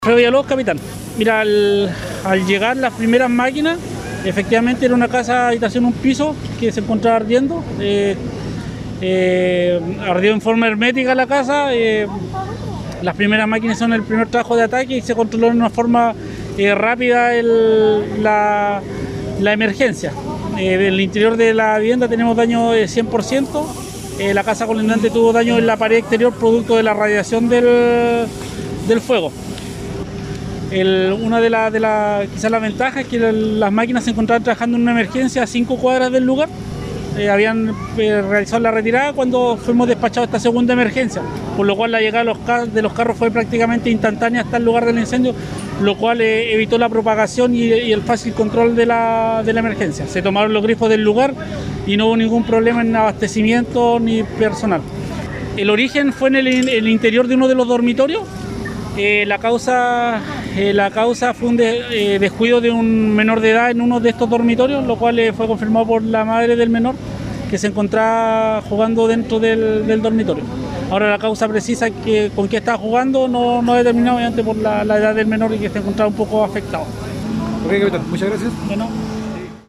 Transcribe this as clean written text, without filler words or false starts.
Alfredo Villalobos, capitán. Mira, al llegar las primeras máquinas, efectivamente era una casa habitación, un piso que se encontraba ardiendo. Ardió en forma hermética la casa. Las primeras máquinas son el primer trabajo de ataque y se controló de una forma rápida la emergencia. En el interior de la vivienda tenemos daño de 100%. La casa colindante tuvo daño en la pared exterior producto de la radiación del fuego. Una de quizás las ventajas es que las máquinas se encontraban trabajando en una emergencia a 5 cuadras del lugar. Habían realizado la retirada cuando fuimos despachados a esta segunda emergencia, por lo cual la llegada de los carros fue prácticamente instantánea hasta el lugar del incendio, lo cual evitó la propagación y el fácil control de la emergencia. Se tomaron los grifos del lugar y no hubo ningún problema en abastecimiento ni personal. El origen fue en el interior de uno de los dormitorios. La causa fue un descuido de un menor de edad en uno de estos dormitorios, lo cual fue confirmado por la madre del menor, que se encontraba jugando dentro del dormitorio. Ahora la causa precisa con qué estaba jugando no determinado, obviamente por la edad del menor y que se encontraba un poco afectado. Ok, capitán, muchas gracias. Bueno.